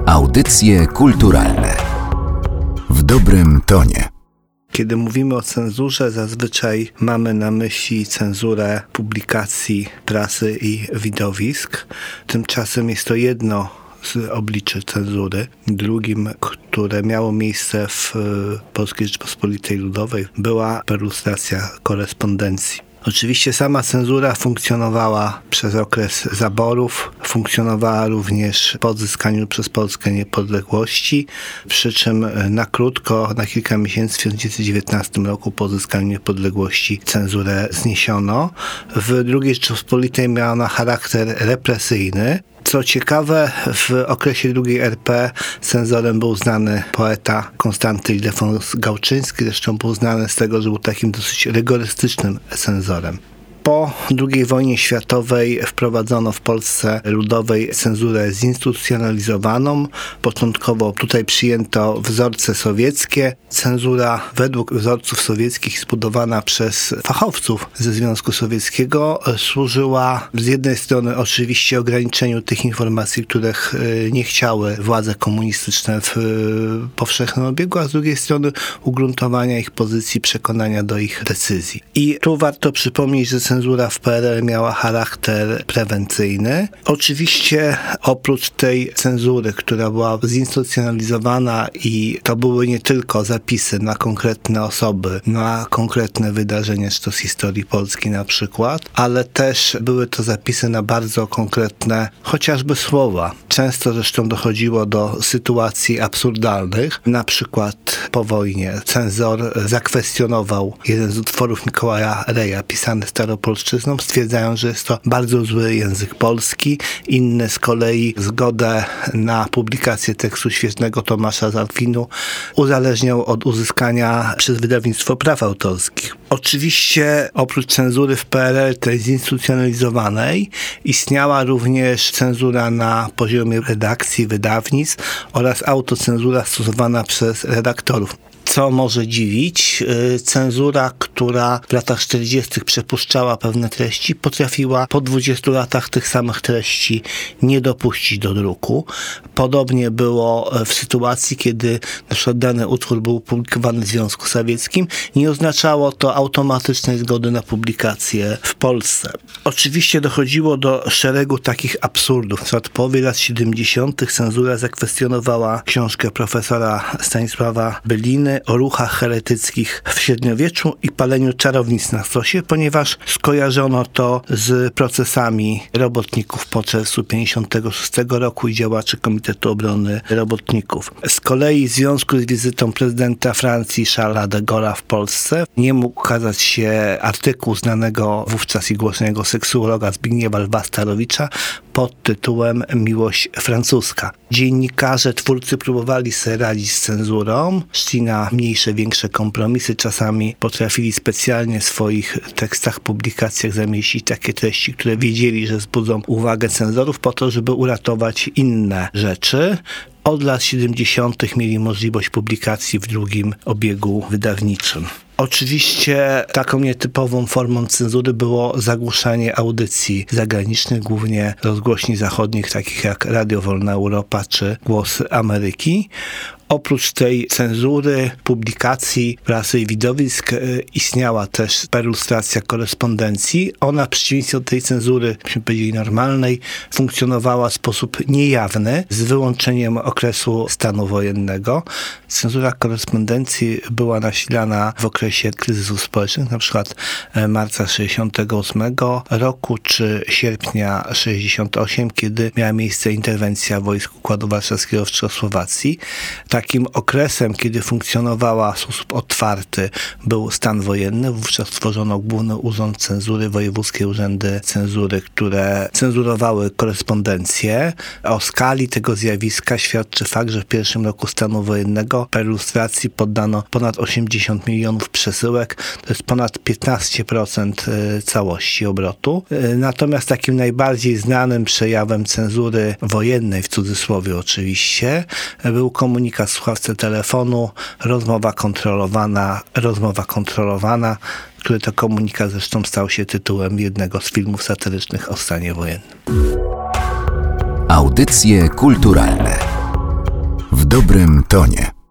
Audycje kulturalne w dobrym tonie. Kiedy mówimy o cenzurze, zazwyczaj mamy na myśli cenzurę publikacji, prasy i widowisk. Tymczasem jest to jedno z obliczy cenzury. Drugim, które miało miejsce w Polskiej Rzeczypospolitej Ludowej, była perlustracja korespondencji. Oczywiście sama cenzura funkcjonowała przez okres zaborów, funkcjonowała również po odzyskaniu przez Polskę niepodległości, przy czym na krótko, na kilka miesięcy w 1919 roku po odzyskaniu niepodległości cenzurę zniesiono. W II Rzeczypospolitej miała ona charakter represyjny. Co ciekawe, w okresie II RP cenzorem był znany poeta Konstanty Ildefons Gałczyński, zresztą był znany z tego, że był takim dosyć rygorystycznym cenzorem. Po II wojnie światowej wprowadzono w Polsce Ludowej cenzurę zinstytucjonalizowaną. Początkowo tutaj przyjęto wzorce sowieckie. Cenzura według wzorców sowieckich zbudowana przez fachowców ze Związku Sowieckiego służyła z jednej strony oczywiście ograniczeniu tych informacji, których nie chciały władze komunistyczne w powszechnym obiegu, a z drugiej strony ugruntowania ich pozycji, przekonania do ich decyzji. I tu warto przypomnieć, że cenzura w PRL miała charakter prewencyjny. Oczywiście oprócz tej cenzury, która była zinstytucjonalizowana i to były nie tylko zapisy na konkretne osoby, na konkretne wydarzenia, czy to z historii Polski na przykład, ale też były to zapisy na bardzo konkretne chociażby słowa. Często zresztą dochodziło do sytuacji absurdalnych. Na przykład po wojnie cenzor zakwestionował jeden z utworów Mikołaja Reja, pisany staropolszczyzną, stwierdzają, że jest to bardzo zły język polski. Inny z kolei zgodę na publikację tekstu świetnego Tomasza z Akwinu uzależniał od uzyskania przez wydawnictwo praw autorskich. Oczywiście oprócz cenzury w PRL, tej zinstytucjonalizowanej, istniała również cenzura na poziomie redakcji, wydawnictw oraz autocenzura stosowana przez redaktorów. Co może dziwić, cenzura, która w latach 40. przepuszczała pewne treści, potrafiła po 20 latach tych samych treści nie dopuścić do druku. Podobnie było w sytuacji, kiedy na przykład dany utwór był publikowany w Związku Sowieckim. Nie oznaczało to automatycznej zgody na publikację w Polsce. Oczywiście dochodziło do szeregu takich absurdów. W połowie lat 70. cenzura zakwestionowała książkę profesora Stanisława Byliny o ruchach heretyckich w średniowieczu i paleniu czarownic na stosie, ponieważ skojarzono to z procesami robotników po czerwcu 1956 roku i działaczy Komitetu Obrony Robotników. Z kolei w związku z wizytą prezydenta Francji Charlesa de Gaulle'a w Polsce nie mógł ukazać się artykuł znanego wówczas i głośnego seksuologa Zbigniewa Lwa Starowicza pod tytułem Miłość francuska. Dziennikarze, twórcy próbowali sobie radzić z cenzurą, szli na mniejsze, większe kompromisy. Czasami potrafili specjalnie w swoich tekstach, publikacjach zamieścić takie treści, które wiedzieli, że wzbudzą uwagę cenzorów po to, żeby uratować inne rzeczy. Od lat 70. mieli możliwość publikacji w drugim obiegu wydawniczym. Oczywiście taką nietypową formą cenzury było zagłuszanie audycji zagranicznych, głównie rozgłośni zachodnich, takich jak Radio Wolna Europa czy Głos Ameryki. Oprócz tej cenzury, publikacji, prasy i widowisk istniała też perlustracja korespondencji. Ona w przeciwieństwie do tej cenzury, byśmy powiedzieli normalnej, funkcjonowała w sposób niejawny, z wyłączeniem okresu stanu wojennego. Cenzura korespondencji była nasilana w okresie kryzysów społecznych, na przykład marca 68 roku czy sierpnia 68, kiedy miała miejsce interwencja wojsk Układu Warszawskiego w Czechosłowacji. Takim okresem, kiedy funkcjonowała w sposób otwarty, był stan wojenny. Wówczas stworzono Główny Urząd Cenzury, wojewódzkie urzędy cenzury, które cenzurowały korespondencję. O skali tego zjawiska świadczy fakt, że w pierwszym roku stanu wojennego perlustracji poddano ponad 80 milionów przesyłek. To jest ponad 15% całości obrotu. Natomiast takim najbardziej znanym przejawem cenzury wojennej, w cudzysłowie oczywiście, był komunikat w słuchawce telefonu, rozmowa kontrolowana, który to komunikat zresztą stał się tytułem jednego z filmów satyrycznych o stanie wojennym. Audycje kulturalne W dobrym tonie.